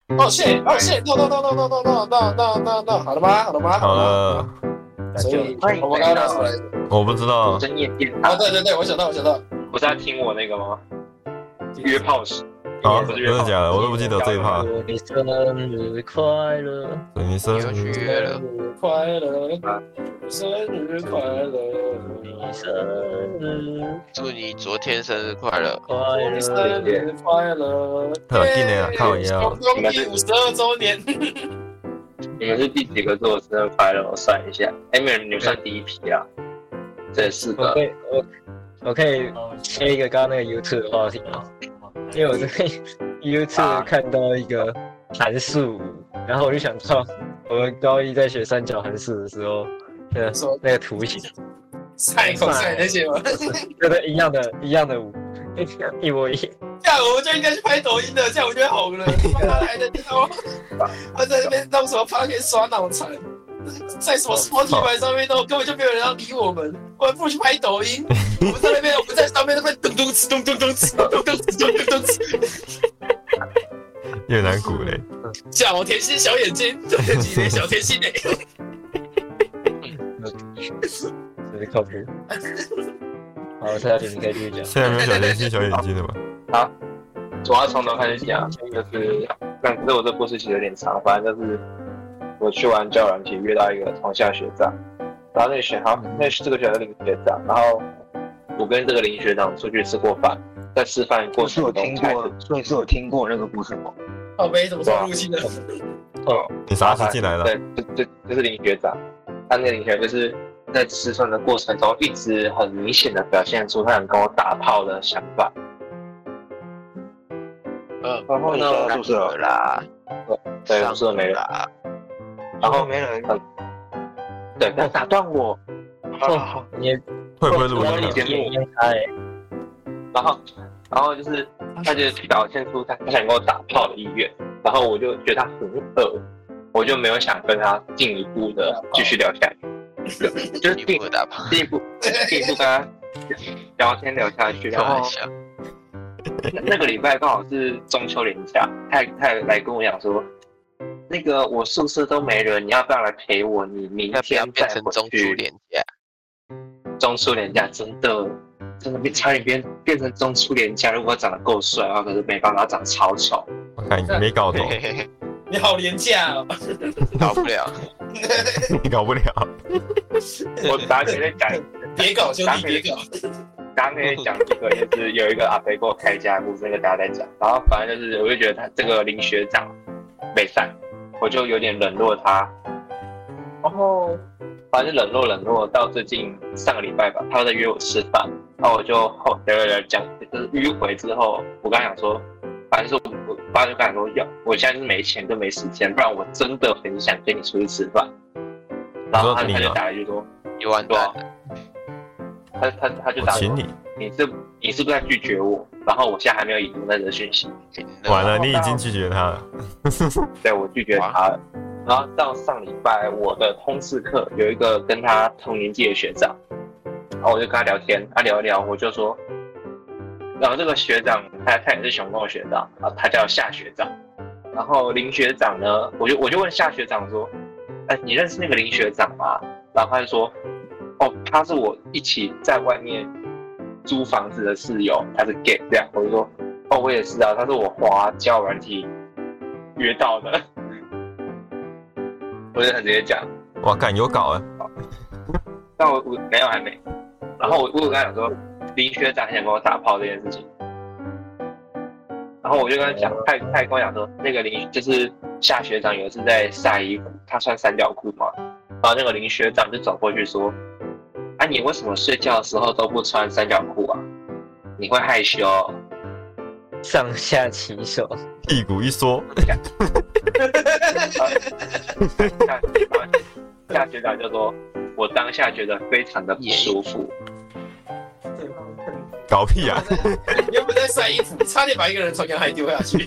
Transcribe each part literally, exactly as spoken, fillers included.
哦，shit，哦，shit，no no no no no no no no no no no，好了吗？好了吗？ 好了， 所以我们刚刚聊什么来着？ 我不知道。 深夜电哦， 台， 对对对，我想到，我想到， 不是在听我那个吗？约炮时， 好， 不是约炮真的假的？我都不记得这一趴。 祝你生日快乐， 祝你生你又去日约了， 生日快乐，生日快乐， 你生日祝你昨天生日快乐。 快生乐， 日快乐！ 特定的啊靠腰公公第五十二周年。 你们是第几个祝我生日快乐？我算一下，哎，没有，你们算第一批啊。这四个我可，以我我可以切一个刚刚那个 YouTube 的话题吗？因为我在 YouTube 看到一个函数，然后我就想到我们高一在学三角函数的时候，那说那个图形， 赛口赛那些吗？ 对对，一样的，一样的，一模一样。 这样我就应该去拍抖音的，这样我就会红了。他来的，你知道吗？他在那边弄什么 p o c k e t 刷脑残，在什么 Spotify 上面都根本就没有人要理我们，我们不如去拍抖音。我们在那边，我们在上面那边咚咚哧咚咚咚哧咚咚哧咚咚咚哧。 越南鼓嘞， 小甜心小眼睛，这几年小甜心嘞。 这是靠谱。好，蔡小姐，你可以继续讲。 现在没有小甜心小眼睛了吧？ 好，我要从头开始讲，就是，但可是我这故事其实有点长，反正就是我去玩交友软体约到一个同校学长，然后那个学好，那这个学长是林学长，然后我跟这个林学长出去吃过饭，在吃饭过程中开始， 所以是有听过那个故事吗？ 宝贝怎么说入侵的？ 哦， 你啥时候进来的？ 对，就就就是林学长，他那个林学长就是在吃饭的过程中，一直很明显的表现出他想跟我打炮的想法。 嗯， 然后你说宿舍啦， 对，宿舍没人， 啦， 然后没人， 对，不要打断我。 哦，你会不会录音啊？ 我节目哎， 然后，然后就是他就表现出他他想跟我打炮的意愿，然后我就觉得他很恶，我就没有想跟他进一步的继续聊下去，对就是你进不会打炮， 进一步进一步跟他聊天聊下去， 开然后玩笑。 那那个礼拜刚好是中秋连假，他他来跟我讲说，那个我宿舍都没人，你要不要来陪我？你明要不要天再回变成中秋去。 连假？ 中秋连假真的真的变差点变变成中秋连假，如果长得够帅的话，可是没办法，他长得超丑。 我看你没搞懂， 嘿嘿嘿， 你好廉价哦。 搞不了。 你搞不了。 我打给你讲， 别搞兄弟，别搞。 刚刚可以讲一个，就是有一个阿飞给我开家的故事，那个大家在讲。然后反正就是，我就觉得他这个林学长被散，我就有点冷落他。然后反正冷落冷落到最近上个礼拜吧，他在约我吃饭，然后我就后聊聊聊讲，就是迂回之后，我跟他讲说，反正是我我爸就跟他说要，我现在就是没钱跟没时间，不然我真的很想跟你出去吃饭。然后他他就打了一句说， 一万对啊单， 他他他就打了说我请你。 你是你是不是在拒绝我？然后我现在还没有已读那则讯息， 完了，你已经拒绝他了。 对我拒绝他了。然后到上礼拜，我的通识课有一个跟他同年纪的学长，然后我就跟他聊天，他聊一聊，我就说，然后这个学长他他也是雄工学长啊，他叫夏学长。然后林学长呢，我就我就问夏学长说，哎，你认识那个林学长吗？然后他就说，哦，他是我一起在外面租房子的室友，他是 gay 这样。我就说，哦，我也是啊，他是我滑交友软体约到的。我就很直接讲， 哇，干有搞啊！ 但我我没有还没。然后我我有跟他讲说，林学长很想跟我打炮这件事情。然后我就跟他讲，他他也跟我讲说，那个林就是夏学长有一次在晒衣服，他穿三角裤嘛，然后那个林学长就走过去说，啊，你为什么睡觉的时候都不穿三角裤啊？你会害羞哦。 上下其手， 屁股一缩， 夏学长就说，我当下觉得非常的不舒服。 搞屁啊！ 你又不在晒衣服，差点把一个人从阳台丢下去。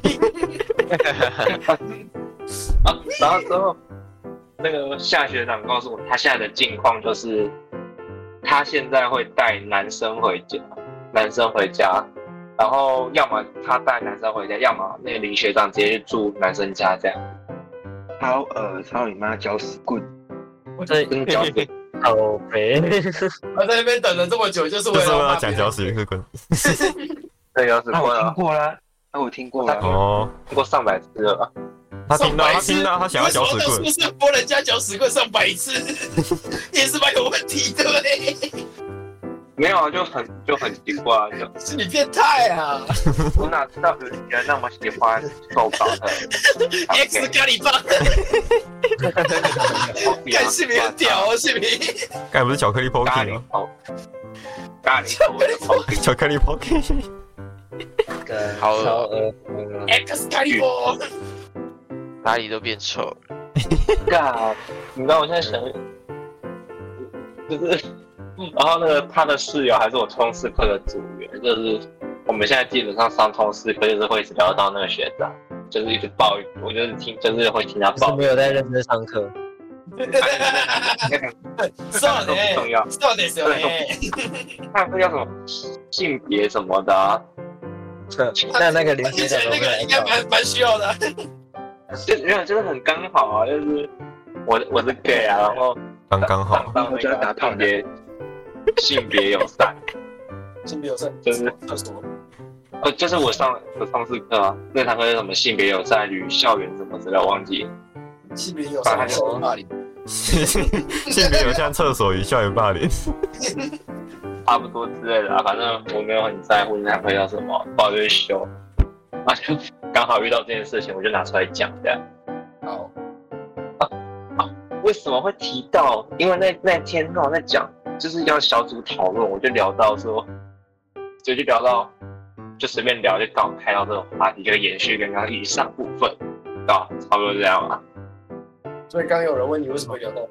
啊，然后之后，那个夏学长告诉我，他现在的境况就是，他现在会带男生回家，男生回家， 然后要么他带男生回家，要么那个林学长直接住男生家这样。 超呃超你妈搅屎棍！ 我这跟搅屎好肥， 他在那边等了这么久，就是为就是为了了讲搅屎棍。 对，搅屎啊，我听棍啊， 过啦，啊，我听过啦。 哦， 听过上百次了吧？ 他听到他听到他想要搅屎棍为，什么是拨人家搅屎棍上百次，也是蛮有问题的嘞。 没有啊，就很就很奇怪，就是你变态啊我哪知道有人那么喜欢受搞的 ！X 咖喱棒，看视频很屌哦，视频。 刚才不是巧克力咖 poking 喱吗？ 头，咖喱头的 poking， 巧克力 poking， 好恶超恶心啊！ X 咖喱棒， 哪里都变臭了。 干，你知道我现在想，就是。然后那个他的室友还是我通识课的组员，就是我们现在基本上上通识课就是会一直聊到那个学长，就是一直抱怨，我就是听，就是会听他抱怨。 是没有在认真上课。 少不重年， 要， 少年少年。 他会叫什么性别什么的、啊， 那那个林学听起来那长都个应该蛮蛮需要的。 就没有，就是很刚好啊，就是我我是 gay 啊，然后刚刚好。 到那个性别性别友善， 性别友善就是厕所。 呃，就是我上我上次课啊，那堂课是什么性别友善与校园什么之类，忘记了。 性别友善校园霸凌， 性别有像厕所与校园霸凌， 差不多之类的啊，反正我没有很在乎那堂课叫什么，不好就去修，啊就刚好遇到这件事情，我就拿出来讲这样。 好， 为什么会提到？因为那那天刚好在讲，就是要小组讨论，我就聊到说，就就聊到，就随便聊，就刚好开到这种话题，就延续刚刚以上部分，啊，差不多这样啊。 所以刚刚有人问你为什么会聊到，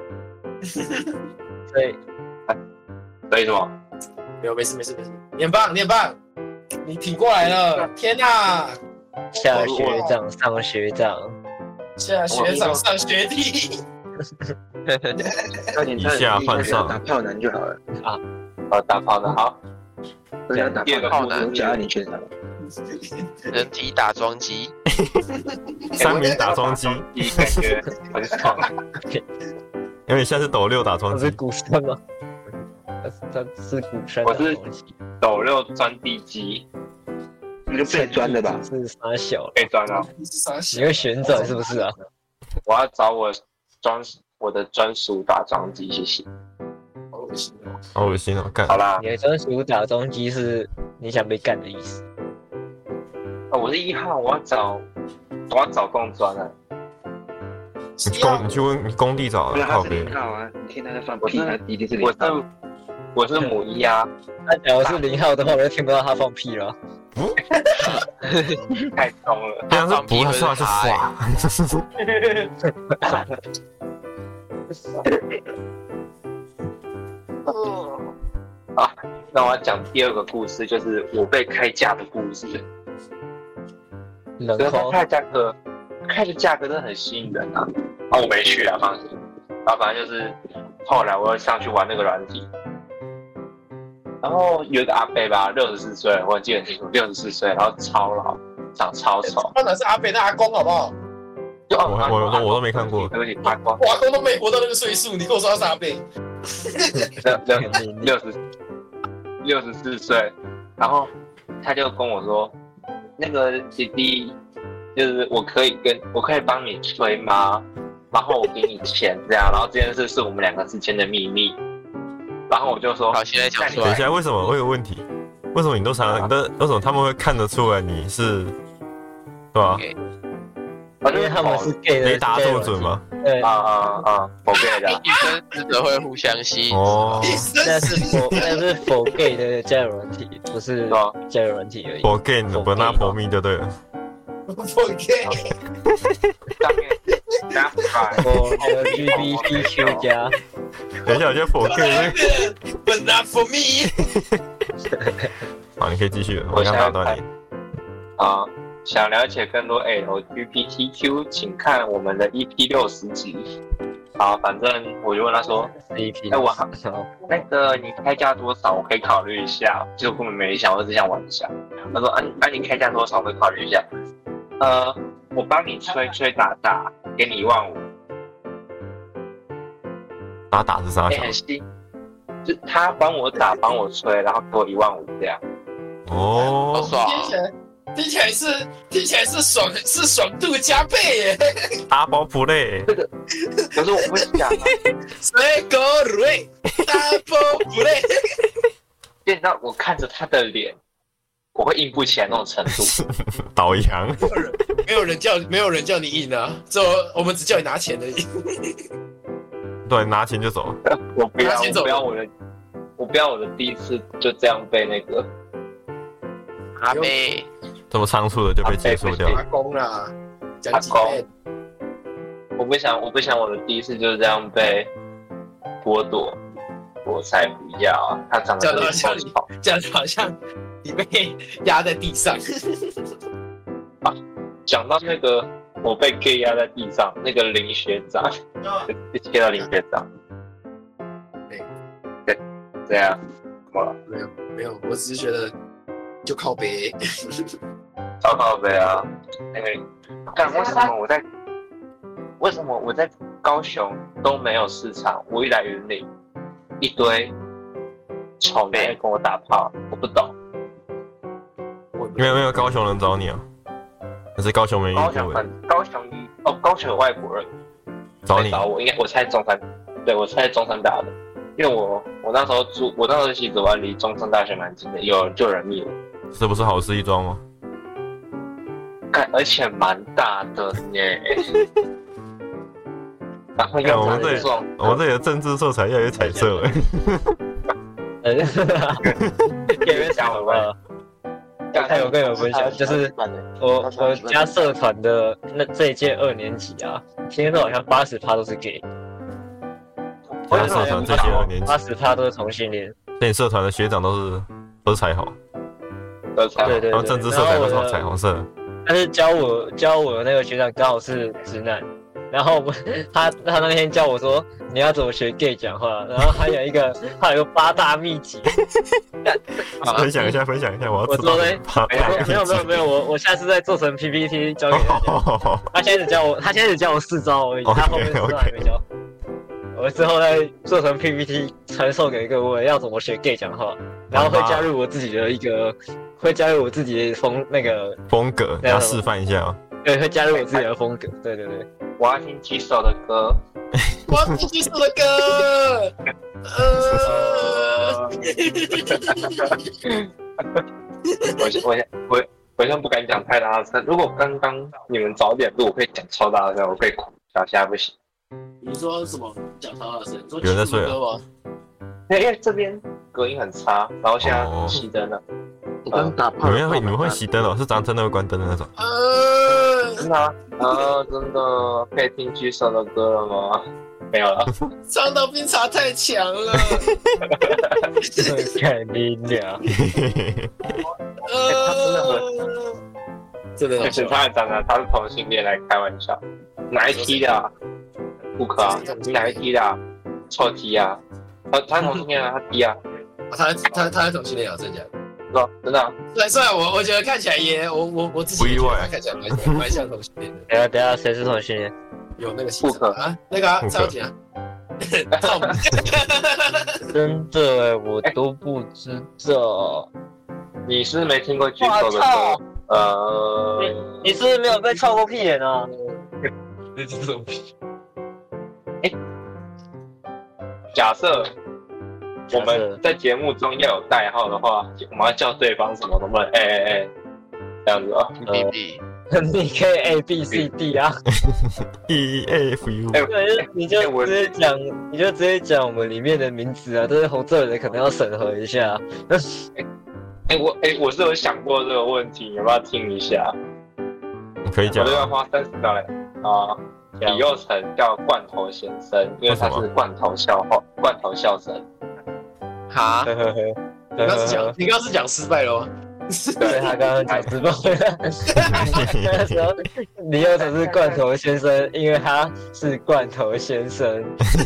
所以所以什么？ 没有，没事没事没事，你很棒你很棒，你挺过来了，天哪！ 下学长上学长， 下学长上学弟， 以下犯上打炮男就好了。 呃，打炮的好。 对啊，打第二个炮男有加你学长。 人体打桩机， 三名打桩机， 感觉很爽。 有点像是斗六打桩机他是。鼓山吗？他他是鼓山的我是东西， 斗六钻地机， 那就被钻的吧？ 是傻小， 被钻了。 你是啥你会旋转是不是啊？ 我要找我专我的专属打桩机，谢谢。 好恶心哦！ 好恶心哦！干好，啦， 你的专属打桩机是你想被干的意思。 哦我是一号，我要找我要找共钻啊。 你去工你去问你工地找不然他是靠背零，号啊！你听他在放屁， 我是他一定是零我号。 是我是母一啊， 那假如是零号的话，我就听不到他放屁了。 太重了。 这样是不是是耍？ 啊，那我要讲第二个故事，就是我被开价的故事。 人可是他口开的价格，开的价格真的很吸引人啊！啊，我没去啊，放心。然后反正就是后来我又上去玩那个软体，然后有一个阿伯吧，六十四岁，我记得很清楚，六十四岁，然后超老，长超丑。 那哪是阿北，那阿公好不好？ 就我我我我都没看过对不起，阿公， 我阿公都没活到那个岁数，你跟我说他是阿北？ 六六六十六十四岁，然后他就跟我说，那个弟弟，就是我可以跟我可以帮你吹吗？然后我给你钱这样，然后这件事是我们两个之间的秘密。然后我就说， 好，现在讲出来。 等一下，为什么我有个问题？为什么你都常你的为什么他们会看得出来你是，对吧？ 啊， 因为他们是 gay 的， 雷达这么准吗？ 对啊，啊啊，我 gay 的。 女生真的会互相吸引。 哦， 那是否那是否 gay 的交友软体，不是吧交友软体而已。 我 gay 不那婆蜜就对了。 不 gay， 上面加 fry， 我 L G B T Q 加， 等一下，我觉得我 gay ，But not for me。 好，你可以继续了，我刚打断你。 啊，想了解更多 L G B T Q， 请看我们的 E P 六十集。 好，反正我就问他说， 一批。 哎，我好那个你开价多少？我可以考虑一下。就根本没想，我只想玩一下。他说，啊，那、啊、你开价多少？我可以考虑一下。呃，我帮你吹吹打打，给你一万五。 打打是啥？ 欸、很新，就他帮我打，帮我吹，然后给我一万五这样。 哦， 好爽、 听起来听起来是听起来是爽是爽度加倍耶！ 大包 play， 可是我不想、啊， 水果瑞大包 play， 见到我看着他的脸，我会硬不起来那种程度。 导阳， 没有人叫没有人叫你硬啊，只有我们只叫你拿钱而已。 对，拿钱就走。 我不要， 拿钱走我不要我的，我不要我的第一次就这样被那个阿妹， 这么仓促的就被结束掉阿了。 公啦，讲几遍。 我不想，我不想我的第一次就是这样被剥夺，我才不要啊！他长得讲的好像你，讲的好像你被压在地上。 讲到那个我被 gay 压在地上，那个林学长，就切到林学长。对，这样，怎么了？ 没有没有，我只是觉得就靠北。 超靠北啊！那个，但为什么我在为什么我在高雄都没有市场？我一来云林，一堆丑妹跟我打炮，我不懂。 没有没有高雄人找你啊？可是高雄没遇高过的， 雄很高雄哦，高雄有外国人找你找我，应该我猜中山，对我猜中山大的，因为我我那时候住，我那时候西子湾离中山大学蛮近的，有就有人密我， 这不是好事一桩吗？ 干而且蛮大的呢。然后看又我们这里，我们这里的政治色彩越来越彩色了。 给人讲了。还有跟你们分享，就是我我加社团的那这一届二年级啊，听说好像八十趴都是 gay， 加社团这些二年级， 八十趴都是同性恋。 所以社团的学长都是都是彩虹， 都彩虹， 对对对， 然后政治色彩都是彩虹色。 但是教我教我的那个学长刚好是直男，然后我他他那天教我说你要怎么学 gay 讲话，然后还有一个他有一个八大秘籍。 分享一下，分享一下，我要知道。 我说嘞，没有没有没有，我我下次再做成 P P T 教给大家。他现在只教我，他现在只教我四招而已，他后面四招还没教。我之后再做成 P P T 传授给各位，要怎么学 gay 讲话，然后会加入我自己的一个，会加入我自己的风那个风格，要示范一下啊。 对，会加入我自己的风格。对对对。 我要听几首的歌。 我要听几首的歌。呃。 我先我先我我先不敢讲太大声。如果刚刚你们早点录，我可以讲超大声，我可以哭。小现在不行。 你说什么？讲超大声？ 有人在睡啊？ 因为因为这边隔音很差，然后现在熄灯了。 我刚打炮。 你们会你们会熄灯哦？是张真的会关灯的那种？ 呃， 真的啊？啊，真的可以听举手的歌了吗？没有了。 长岛冰茶太强了。 看你俩。 呃，真的， 就是他长得他是同性恋来开玩笑。哪一梯的啊？不可啊！你哪一梯的啊？臭梯啊！他他同性恋啊，他梯啊。 他他他是同性恋啊，真的假的？ 是吧？真的啊。 对，虽然我我觉得看起来也我我我自己不意外， 看起来蛮蛮像同性恋的。 等下等下，谁是同性恋？ 有那个不可啊，那个啊，赵姐啊。 真的，我都不知道。 你是没听过举手的歌？呃， 你是不是没有被操过屁眼啊？ 那是什么屁？ 哎，假设我们在节目中要有代号的话，我们要叫对方什么？能不能？哎哎哎，这样子啊 ？B B， 你可以 A B C D 啊 ，E F U。 对，你就直接讲，你就直接讲我们里面的名字啊，但是红色的可能要审核一下。 哎，我哎，我是有想过这个问题，要不要听一下？ 可以讲。 我都要花三十刀嘞啊！李佑成叫罐头先生，因为他是罐头笑话，罐头笑声。 哈， 你刚是讲，你刚是讲失败了吗？ 对他刚刚讲直播，那时候李佑成是罐头先生，因为他是罐头先生。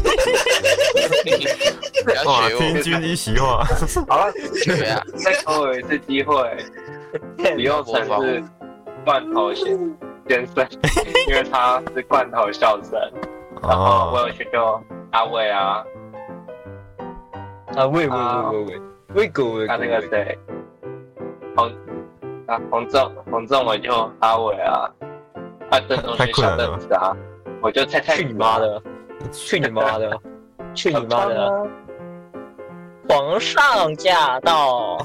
哇， 不要学听君一席话。 好了， 我，对啊， 再给我一次机会，李佑成是罐头先先生，因为他是罐头笑声。然后我哦， 有去就阿伟啊， 啊，喂喂喂喂喂，喂狗喂狗， 他那个谁，洪啊洪仲洪仲我就阿伟啊，啊郑中勋小邓子啊，我就蔡蔡去你妈的，去你妈的，去你妈的！皇上驾到！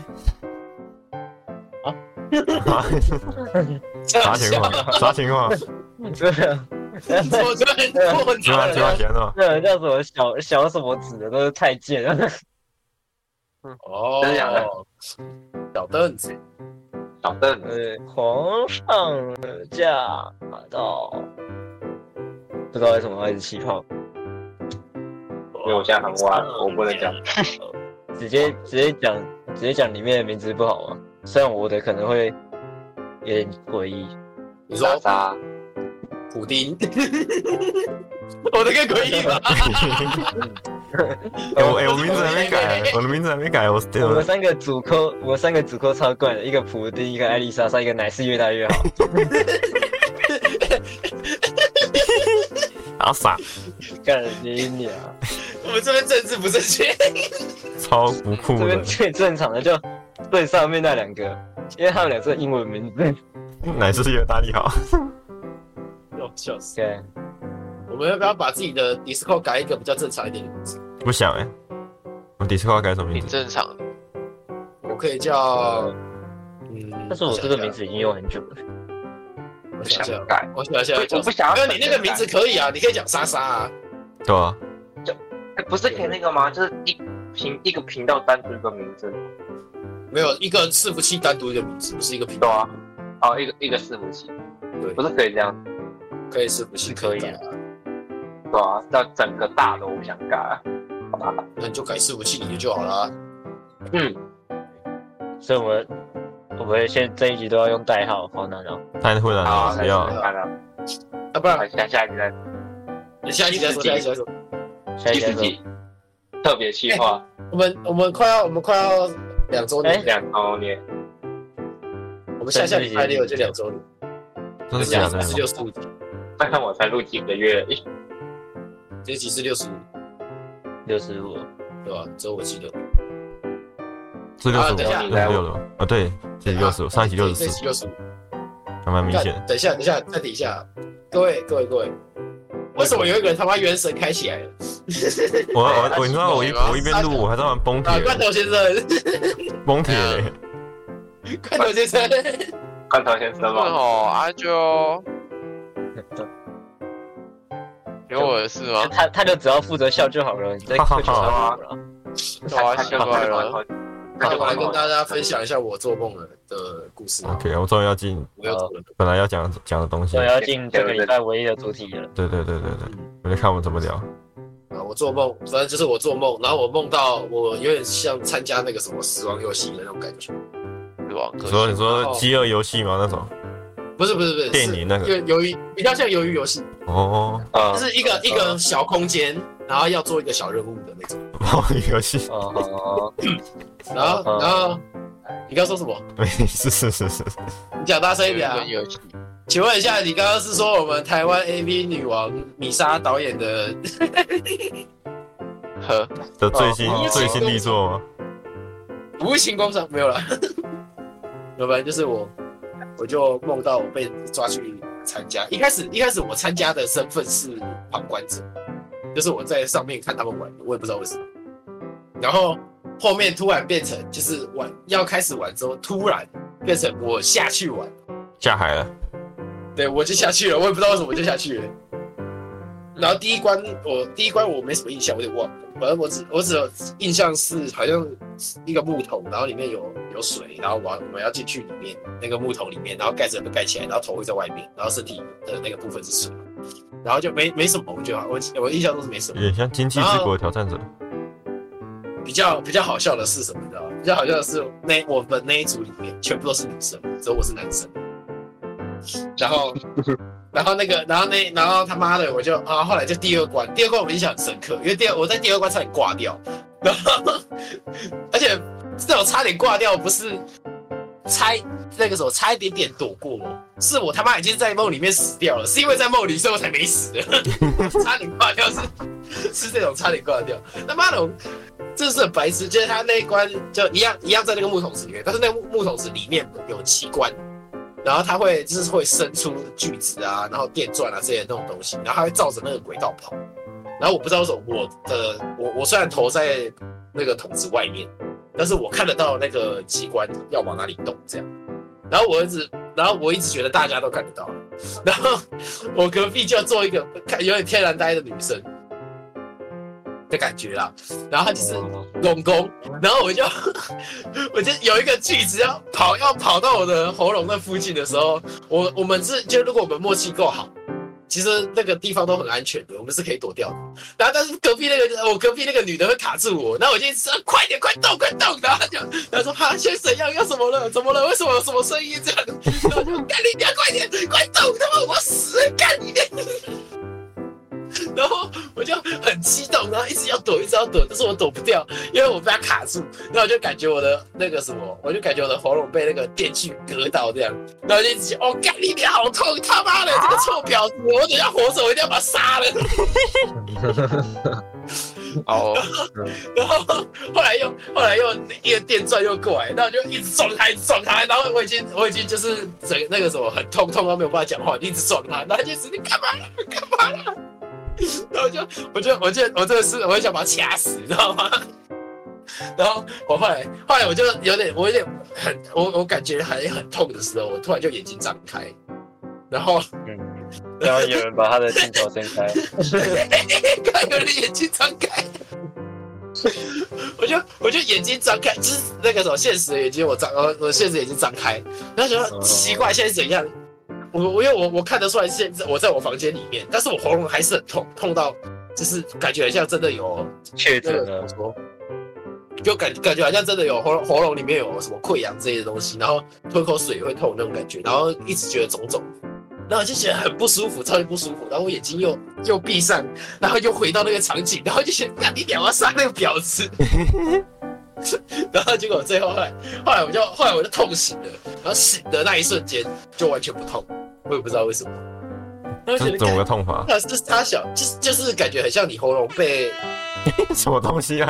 啥情况？啥情况？ 这个我突然破今晚今晚钱了。 这人叫什么小小什么子的，都是太监了。 哦， 真的假的小凳子， 小邓子， 呃，皇上驾到，不知道为什么要一直气泡， 因为我现在很晚，我不能讲。 直接直接讲直接讲里面的名字不好吗？虽然我的可能会有点诡异。 你说莎莎， 普丁，我的更诡异吧？ 哎我哎我名字还没改，我的名字还没改，我我们三个主扣，我们三个主扣超怪的，一个普丁，一个艾丽莎莎，一个奶是越大越好。 好傻， 干你娘！ 我们这边政治不正确， 超不酷的这边，最正常的就最上面那两个，因为他们俩是英文名字。 乃是越大力好。 哦，笑死！ 对， 我们要不要把自己的 Discord 改一个比较正常一点的名字？ 不想哎，我 Discord 改什么名挺字？ 正常的。 我可以叫，嗯， 但是我这个名字已经用很久了。 我想想， 改， 我想想， 我不想要没有你那个名字可以啊，你可以讲莎莎啊。 对啊， 不是可以那个吗？就是一频一个频道单独一个名字。 没有一个伺服器单独一个名字，不是一个频道对啊，哦，一个一个伺服器， 对不是可以这样， 可以伺服器可以改啊， 对啊，要整个大的我不想改啊。 那你就改伺服器你的就好了。 嗯， 所以我们我们现在这一集都要用代号，好难哦。 太混乱好， 了，不要。 看了， 要不然好，下下一集再你下一集再说，下一集再说。 下一集再说第十集特别企划我们我们快要我们快要两周年， 两周年， 我们下下礼拜六就两周年， 真的假的？ 是六十五集， 看看我才录几个月， 这一集是六十五， 六十五， 对吧？这我记得。 是六十五， 啊等一下六十六了。啊，对，这集六十五，上一集六十四， 这一集六十五。 还蛮明显。 等一下，等一下，再等一下，各位各位各位，为什么有一个人他妈原神开起来了？ 我我我，你知道我一我一边录，我还在玩崩啊， 铁， 罐头先生， 崩铁嘞。 罐头先生， 罐头先生那吗？ 哦，啊就有我的事吗？ 他他就只要负责笑就好了，你再哈哈哈就好了。 对啊，奇怪了。 那就我来跟完大家分享一下我做梦的的故事。 OK，我终于要进我要做了， 本来要讲讲的东西所以。要进这个礼拜唯一的主题了。 对对对对对，我就看我们怎么聊。 啊，我做梦，反正就是我做梦，然后我梦到我有点像参加那个什么死亡游戏的那种感觉。 死亡你说你说哦饥饿游戏吗？那种不是不是不是， 电影那个是鱿鱼比较像鱿鱼游戏， 哦， 呃就是一个一个小空间，然后要做一个小任务的那种。 暴力游戏。 哦， 然后然后你刚刚说什么？ 没事是是是， 你讲大声一点啊！ 游戏， 请问一下，你刚刚是说我们台湾 A V 女王米莎导演的呵， 的最新哦最新力作吗？ 无情工伤没有了？要不然就是我，我就梦到我被抓去参加。一开始一开始我参加的身份是旁观者，就是我在上面看他们玩，我也不知道为什么。然后后面突然变成就是玩要开始玩之后，突然变成我下去玩， 下海了。 对我就下去了，我也不知道为什么我就下去了。然后第一关我第一关我没什么印象，我有点忘了。反正我只我只有印象是好像一个木桶，然后里面有有水，然后我我们要进去里面那个木桶里面，然后盖子都盖起来，然后头会在外面，然后身体的那个部分是水，然后就没没什么，我觉得我我印象都是没什么有。点像《经济之国的挑战者》。 比较比较好笑的是什么，你知道吗？ 比较好笑的是，那我们那一组里面全部都是女生，只有我是男生。然后，然后那个，然后那，然后他妈的，我就啊，后来就第二关，第二关我印象很深刻，因为第二我在第二关差点挂掉，然后而且这种差点挂掉不是差那个什么差一点点躲过我，是我他妈已经在梦里面死掉了，是因为在梦里所以我才没死的，差点挂掉是是这种差点挂掉，他妈的我。真是很白痴，就是他那一关就一样一样在那个木桶子里面，但是那个木桶子里面有机关，然后它会就是会生出锯子啊，然后电钻啊这些那种东西，然后它会照着那个轨道跑。然后我不知道为什么我的我我虽然头在那个桶子外面，但是我看得到那个机关要往哪里动这样。然后我一直然后我一直觉得大家都看得到，然后我隔壁就坐一个有点天然呆的女生。的感觉啦，然后他就是拢公，然后我就我就有一个句子要跑要跑到我的喉咙那附近的时候，我我们是就如果我们默契够好，其实那个地方都很安全的，我们是可以躲掉的。然后但是隔壁那个我隔壁那个女的会卡住我，然后我就说快点快动快动，然后他就他说哈先生要要什么了？怎么了？为什么有什么声音这样？然后我就干你娘快点快动，他妈我死了干你娘！然后我就很激动，然后一直要躲，一直要躲，但是我躲不掉，因为我被他卡住。然后我就感觉我的那个什么，我就感觉我的喉咙被那个电锯割到这样，然后就一直讲哦，干你娘好痛，他妈的这个臭婊子，我等一下活着，我一定要把他杀了。 哦， 然后后来又后来又一个电钻又过来，然后就一直撞他，一直撞他，然后我已经我已经就是整个那个什么很痛痛到没有办法讲话，一直撞他，然后他就说你干嘛了？干嘛了？然后就，我就，我就，我真的是，我很想把他掐死，你知道吗？然后我后来，后来我就有点，我有点很，我我感觉还很痛的时候，我突然就眼睛张开，然后， 嗯，然后有人把他的镜头伸开， 刚有人眼睛张开，我就我就眼睛张开，就是那个什么现实的眼睛，我张，我我现实眼睛张开，然后觉得奇怪，现在怎样？我我因为我我看得出来，现在我在我房间里面，但是我喉咙还是很痛，痛到就是感觉好像真的有确诊了， 就感感觉好像真的有喉咙喉咙里面有什么溃疡这些东西，然后吞口水也会痛那种感觉，然后一直觉得肿肿，然后就觉得很不舒服，超级不舒服，然后我眼睛又又闭上，然后又回到那个场景，然后就觉得干你娘，我要杀那个婊子。然后结果最后后来后来我就后来我就痛醒了，然后醒的那一瞬间就完全不痛。我也不知道为什么， 这是怎么个痛法？ 那是他小，就是就是感觉很像你喉咙被什么东西啊？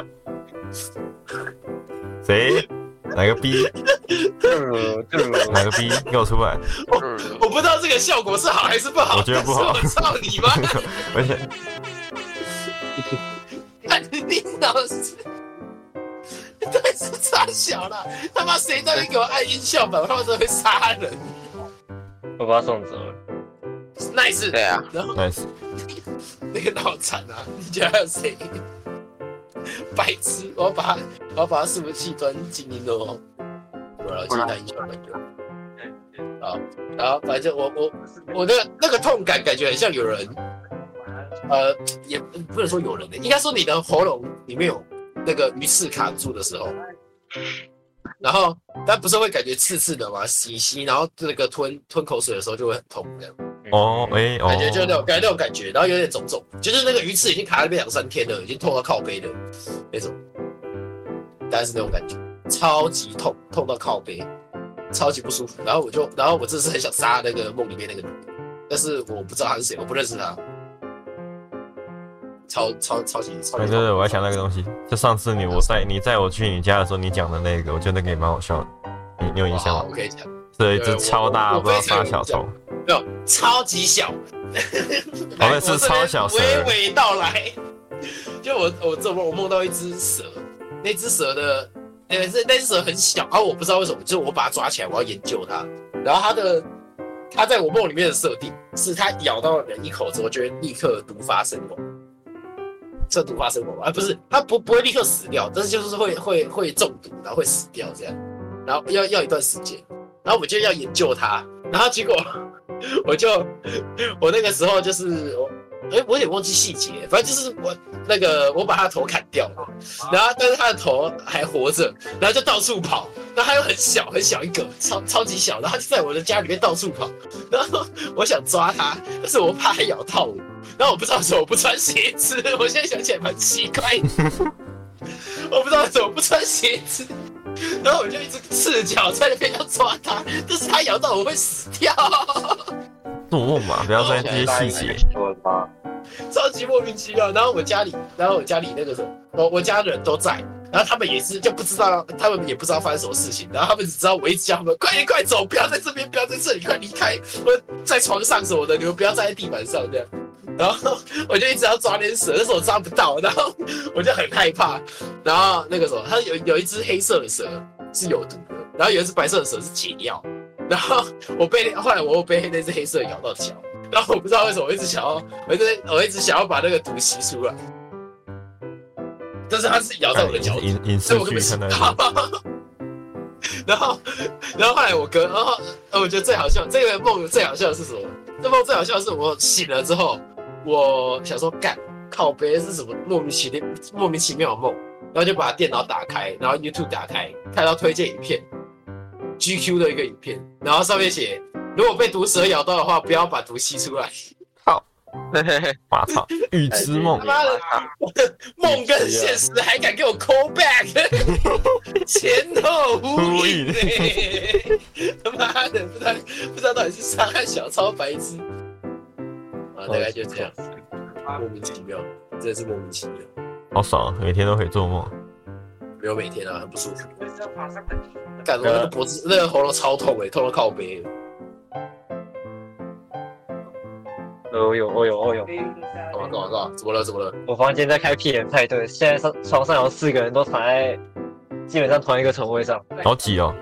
谁？哪个 B？ 哪个 B？ 给我出来！ 我我不知道这个效果是好还是不好。 我觉得不好。 我操你妈！ 而且， 你老师。对，是傻小了，他妈谁在那边给我按音效板，我他妈真的会杀人。 我把他送走了。 nice， 对啊， 然后 nice， 那个脑残啊，你觉得还有谁？白痴！我要把他，我要把他伺服器端静音哦。我要接他音效板就。好，然后反正我我我那个那个痛感感觉很像有人，呃，也不能说有人的，应该说你的喉咙里面有。那个鱼刺卡住的时候，然后但不是会感觉刺刺的吗？吸吸，然后那个吞吞口水的时候就会很痛，这样。 哦，哎、欸，哦， 感觉就是那种感觉那种感觉，然后有点肿肿，就是那个鱼刺已经卡在那边两三天了，已经痛到靠背了那种，大概是那种感觉，超级痛，痛到靠背，超级不舒服。然后我就，然后我真的是很想杀那个梦里面那个女的，但是我不知道她是谁，我不认识她。超超超级超级！ 对对对，我还想那个东西，就上次你我带你载我去你家的时候，你讲的那个，我觉得那个也蛮好笑的。你你有印象吗？ 我可以讲。 是一只超大不知道啥小虫， 没有超级小， 好像是超小蛇。 娓娓道来，就我我这我梦到一只蛇，那只蛇的呃那那只蛇很小，然后我不知道为什么，就是我把它抓起来，我要研究它，然后它的它在我梦里面的设定是它咬到人一口之后就会立刻毒发身亡。这毒发生活啊，不是，它不不会立刻死掉，但是就是会会会中毒，然后会死掉这样，然后要要一段时间，然后我就要研究它，然后结果我就我那个时候就是我哎、欸，我有点忘记细节，反正就是我那个我把他的头砍掉了，然后但是他的头还活着，然后就到处跑，然后他又很小很小一个，超超级小，然后他就在我的家里面到处跑，然后我想抓他，但是我怕他咬到我，然后我不知道为什么我不穿鞋子，我现在想起来蛮奇怪的，我不知道为什么不穿鞋子。然后我就一直赤脚在那边要抓它，但是它咬到我会死掉。 做梦嘛，不要在这些细节。 超级莫名其妙。然后我家里，然后我家里那个什么，我我家人都在，然后他们也是就不知道，他们也不知道发生什么事情，然后他们只知道我一直叫他们快点快走，不要在这边，不要在这里，快离开，我在床上什么的，你们不要站在地板上这样。然后我就一直要抓那蛇，但是我抓不到，然后我就很害怕。然后那个什么，它有有一只黑色的蛇是有毒的，然后有一只白色的蛇是解药。然后我被后来我又被那只黑色咬到脚，然后我不知道为什么我一直想要，我一直我一直想要把那个毒吸出来，但是它是咬在我的脚底，所以我根本吸不到。然后，然后后来我哥，然后我觉得最好笑，这个梦最好笑的是什么？这梦最好笑的是我醒了之后。我想说，干靠北是什么莫名其妙、莫名其妙的梦，然后就把电脑打开，然后 YouTube 打开，看到推荐影片 ，G Q 的一个影片，然后上面写，如果被毒蛇咬到的话，不要把毒吸出来。 好，我操，预知梦， 他妈的，梦跟现实还敢给我 call back， 前后呼应嘞！他妈的，不知道不知道到底是啥小超白痴。啊，大概就这样，莫名其妙，真的是莫名其妙。 好爽啊，每天都可以做梦。 没有每天啊，很不舒服。干，我那个脖子、那个喉咙超痛哎、欸，痛到靠背。 哦呦哦呦哦呦！ 干嘛干嘛干嘛？怎么了？怎么了？ 我房间在开屁眼派对，现在上床上有四个人都躺在基本上同一个床位上， 好挤哦。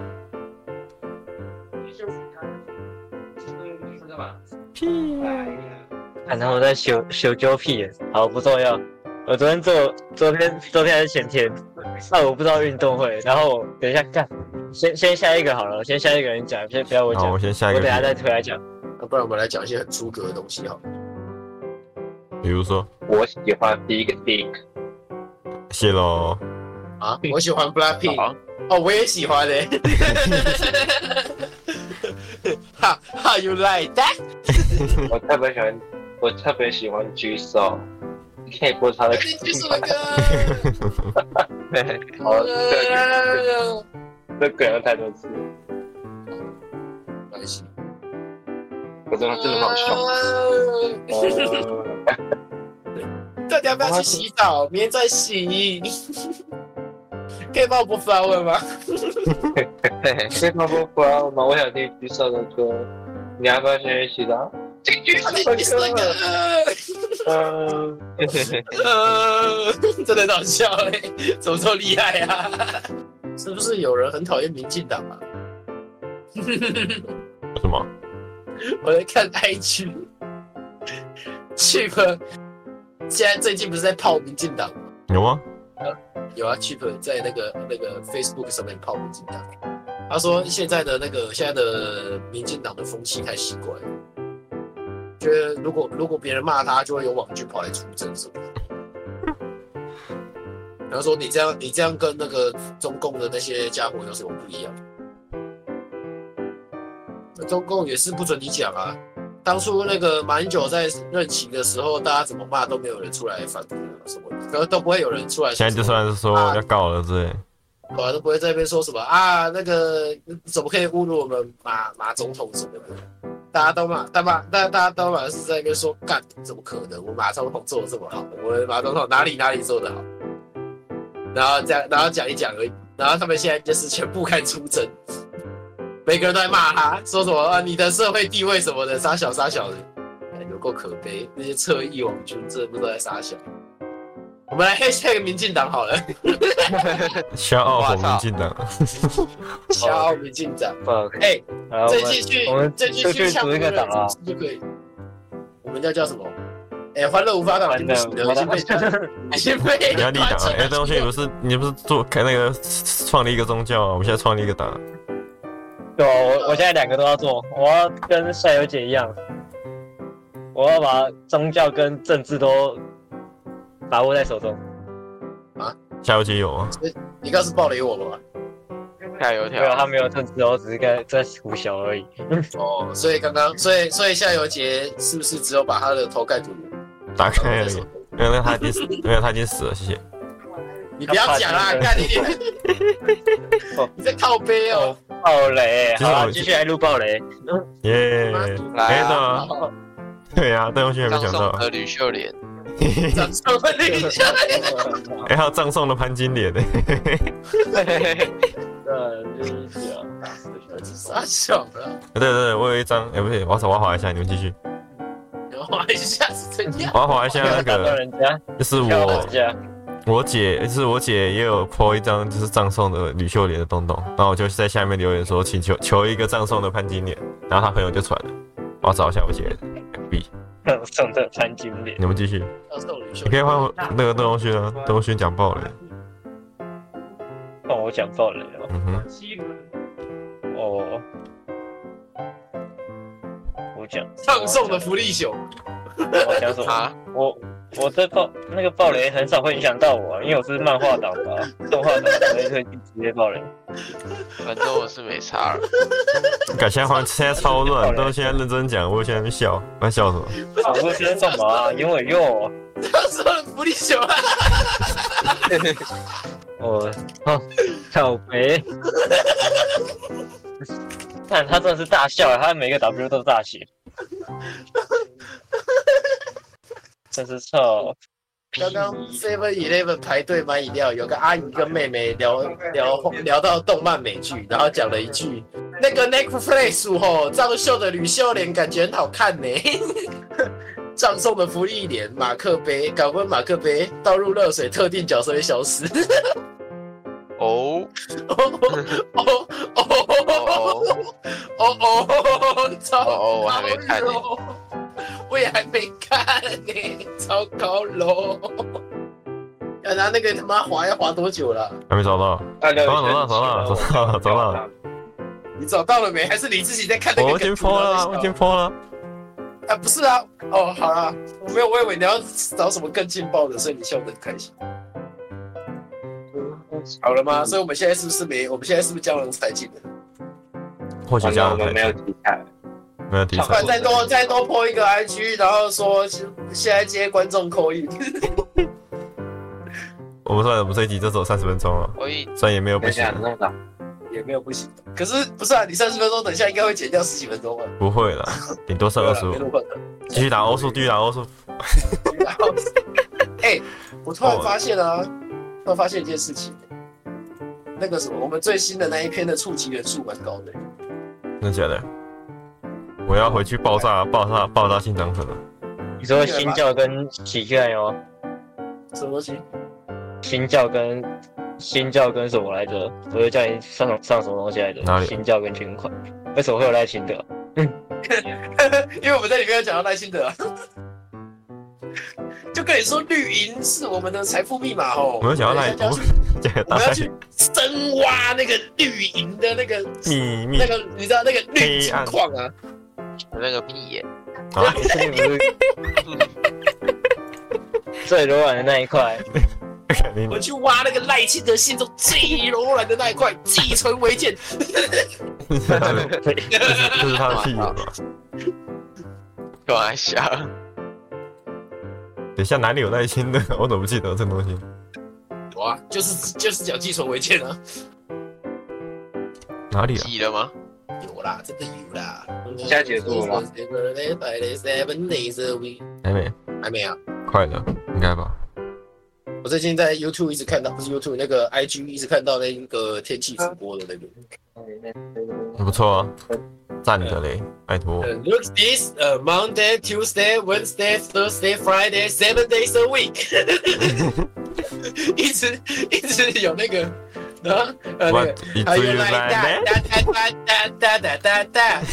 屁呀！ 看他们在修修旧屁眼，好不重要。我昨天做，昨天昨天还是前天，那我不知道运动会，然后我等一下干，先先下一个好了，先下一个人讲，先不要我讲。 好，我先下一个。 我等一下再推来讲。 那不然我们来讲一些很出格的东西好了。 比如说， 我喜欢 Big Big。 谢喽。 啊，我喜欢 Blackpink。哦，我也喜欢嘞、欸。How How you like that？ 我特别喜欢，我特别喜欢 Jisoo， 你可以播他的歌。 Jisoo 的歌。 好，这歌要太多次。 没关系。 我真的真的好笑。 大家不要去洗澡，明天再洗。可以帮我播 flower 吗？ 可以帮我播 flower 吗？我想听 Jisoo 的歌，你要不要先一起的？ 这句是 Jisoo 的歌。 嗯， 呃，真的好笑哎、欸，怎么这么厉害啊？是不是有人很讨厌民进党啊？ 什么？ 我在看 I G Chip 现在最近不是在泡民进党吗？ 有吗？ 有啊 ，Chip 在那个那个 Facebook 上面泡民进党。他说现在的那个现在的民进党的风气太奇怪了，觉得如果如果别人骂他，就会有网军跑来出征什么的。然后说你这样你这样跟那个中共的那些家伙有什么不一样？那中共也是不准你讲啊。当初那个马英九在任期的时候，大家怎么骂都没有人出来反驳什么的，可都不会有人出来说。 现在就算是说要告了之类， 对啊，都不会在那边说什么啊，那个怎么可以侮辱我们马马总统什么的？大家都骂，大骂，大大家都骂是在那边说干，怎么可能？我马总统做的这么好，我马总统哪里哪里做得好？然后这样，然后讲一讲而已。然后他们现在就是全部开始出征。每个人都在骂他，说什么啊，你的社会地位什么的，杀小杀小的，哎，有够可悲。那些侧翼网军真的不知道在杀小。我们来 hashtag 民进党好了， 消傲民进党， 消傲民进党。哎，再继续， 我们再继续组一个党啊， 就可以。我们要叫什么？哎，欢乐无法党已经不行了，已经被已经被你要立党啊！哎，这东西你不是你不是做开那个创立一个宗教啊？我们现在创立一个党。 对啊，我我现在两个都要做，我要跟帅友姐一样。 我要把宗教跟政治都把握在手中。 下游节有吗？ 你刚是爆雷我吗？ 下油没有，他条， 没有政治哦，只是在在胡小而已。 哦，所以刚刚，所以所以夏油杰是不是只有把他的头盖住？ 打开而已。没有，那他已经死，没有他已经死了，谢谢。 你不要讲啦，干你！你在靠背哦。 爆雷， 其实我好啦，继续来录爆雷。 耶！ 来哎，对啊， 啊，对啊，邓永勋还没葬讲到。 送的吕秀莲， 长上了那个下来。 哎，还有葬送的潘金莲呢。 对，就是这样。 傻小的， 对对对，我有一张，哎，不是，我要我要滑一下，你们继续。 然后一下是怎样？ 我要滑一下那打断个， 人家， 就是我跳人家。 我姐，就是我姐也有 po 一张就是葬送的吕秀莲的东东，然后我就在下面留言说，请求求一个葬送的潘金莲，然后他朋友就传了，我要找一下我姐的 F B。 送的潘金莲。 你们继续， 要送女秀你可以换那个邓荣勋啊，邓荣勋讲爆了。 换我讲爆雷了。 嗯哼， 哦，我讲葬送的福利熊。 我讲什么？ 啊， 我我对爆那个爆雷很少会影响到我，因为我是漫画党吧，动画党所以会直接爆雷。 反正我是没差了。 感现在环现在超乱，都现在认真讲，我现在在那边笑，我在笑什么？ 我说现在干嘛啊？因为用葬送的福利熊啊！ 我哦，靠北。看他真的是大笑，他每个 W 都是大写。真是臭！ 刚刚 Seven Eleven 排队买饮料，有个阿姨跟妹妹聊聊聊到动漫美剧，然后讲了一句：“那个 Netflix 吼，藏秀的吕秀莲感觉很好看呢。”葬送的福利脸马克杯，港温马克杯倒入热水，特定角色会消失。 哦哦哦哦哦哦！糟哦，我还没看呢。 我也还没看呢，糟糕喽！要拿那个他妈滑要滑多久了？ 还没找到，找到找到找到找到找到了。 你找到了没？还是你自己在看那个？ 我已经 po 了，我已经 po 了。 啊，不是啊，哦，好啦，我没有，我以为你要找什么更劲爆的，所以你笑得很开心。好了吗？所以我们现在是不是没？我们现在是不是江郎才尽了？ 或许这样我们没有题材。 没有题材不然。再多再多 po 一个 I G， 然后说现在接观众扣印。 我们算了，我们这一集就走三十分钟了， 可以， 虽然也没有不行， 也没有不行的。可是不是啊？你三十分钟，等一下应该会减掉十几分钟吧？ 不会啦，顶多剩二十五。继续打欧数，继续打欧数。 哎，我突然发现啊，突然发现一件事情，那个什么，我们最新的那一篇的触及人数蛮高的。 真的假的？我要回去爆炸，爆炸，爆炸性涨粉了。 你说新教跟乞丐哦？ 什么东西？ 新教跟新教跟什么来着？我就叫你上上什么东西来着？ 哪里？ 新教跟捐款。为什么会有赖清德？ 因为我们在里面有讲到赖清德、啊，就跟你说绿银是我们的财富密码哦。 我有讲到赖，我我们要去深挖那个绿银的那个秘密， 那个你知道那个绿金矿啊？ 那个屁眼， 啊， 最柔软的那一块。 我去挖那个赖清德心中最柔软的那一块，寄存违建。 这是他的屁眼吧？ 开玩笑。 等一下哪里有赖清德？我怎么不记得这东西？ 有啊，就是就是讲寄存违建啊。 哪里啊？ 记了吗？ 有啦，真的有啦。 现在结束了吗？ 还没， 还没啊？ 快了，应该吧？ 我最近在 YouTube 一直看到，不是 YouTube 那个 I G 一直看到那个天气直播的那个， 不错啊，赞的嘞，拜托。 Uh, look this, uh, Monday, Tuesday, Wednesday, Thursday, Friday, seven days a week 。一直一直有那个，啊，呃那个，还有来哒哒哒哒哒哒哒哒。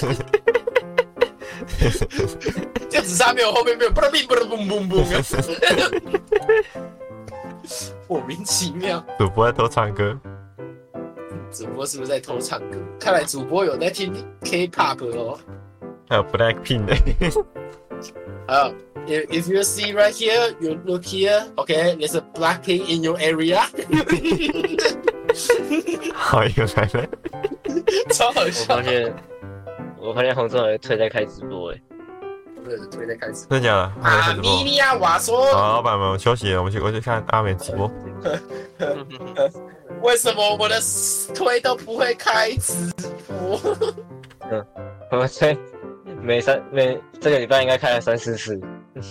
就只差没有后面没有，不啦不啦不啦嘣嘣嘣。莫名其妙。 主播在偷唱歌。 主播是不是在偷唱歌？看来主播有在听 K-pop 哦。 还有 Blackpink 的。 Uh, if, if you see right here, you look here, okay, there's a black thing in your area. 好，原来呢？ 我超好笑发。现，我发现洪仲有推在开直播哎， 对，推在开始。 真的假的？还没开啊， 直播米。利亚瓦说， 好，老板们，我们休息了，我们去，我去看阿美直播。 为什么我的推都不会开直播？ 我推每三每这个礼拜应该开了三四次，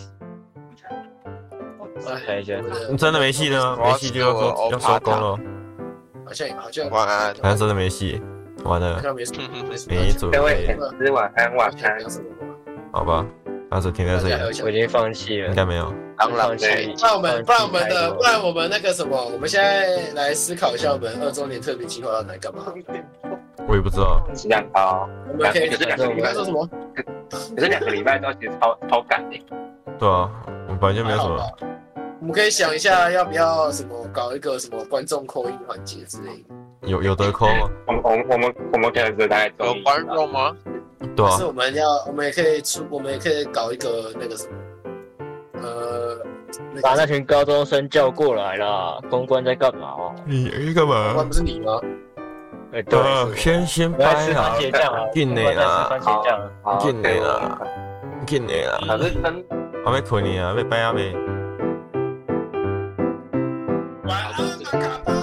看一下。 你真的没戏了吗？没戏就要收要收工了。 好像好像晚安。 好像真的没戏，完了， 好像没什么没什么。 没准各位备， 粉丝晚安晚安。 好吧？那就停在这里， 我已经放弃了应，该没有。 当然放弃嘞， 不然我们不然我们的不然我们那个什么，我们现在来思考一下我们二周年特别计划要来干嘛？ 我也不知道。 质量高， 我们可以可是两个礼拜我们说什么？ 可是两个礼拜都其实超超赶的。 对啊，我们本来就没有什么。 我们可以想一下，要不要什么搞一个什么观众扣印环节之类的。 有有得扣吗？ 我们我们我们我们可能是大概有观众吗？ 对啊但是，我们要，我们也可以出，我们也可以搞一个那个什么，呃，那个把那群高中生叫过来啦！公关在干嘛哦？ 你干嘛？ 公关不是你吗？ 哎，对， 啊，先先我在吃番掰啊， 茄酱啊， 进来我在吃啦番，茄酱啊。 好进来啦，进来啦， 可是真还没困你啊，要掰啊没？ 晚安，马卡巴。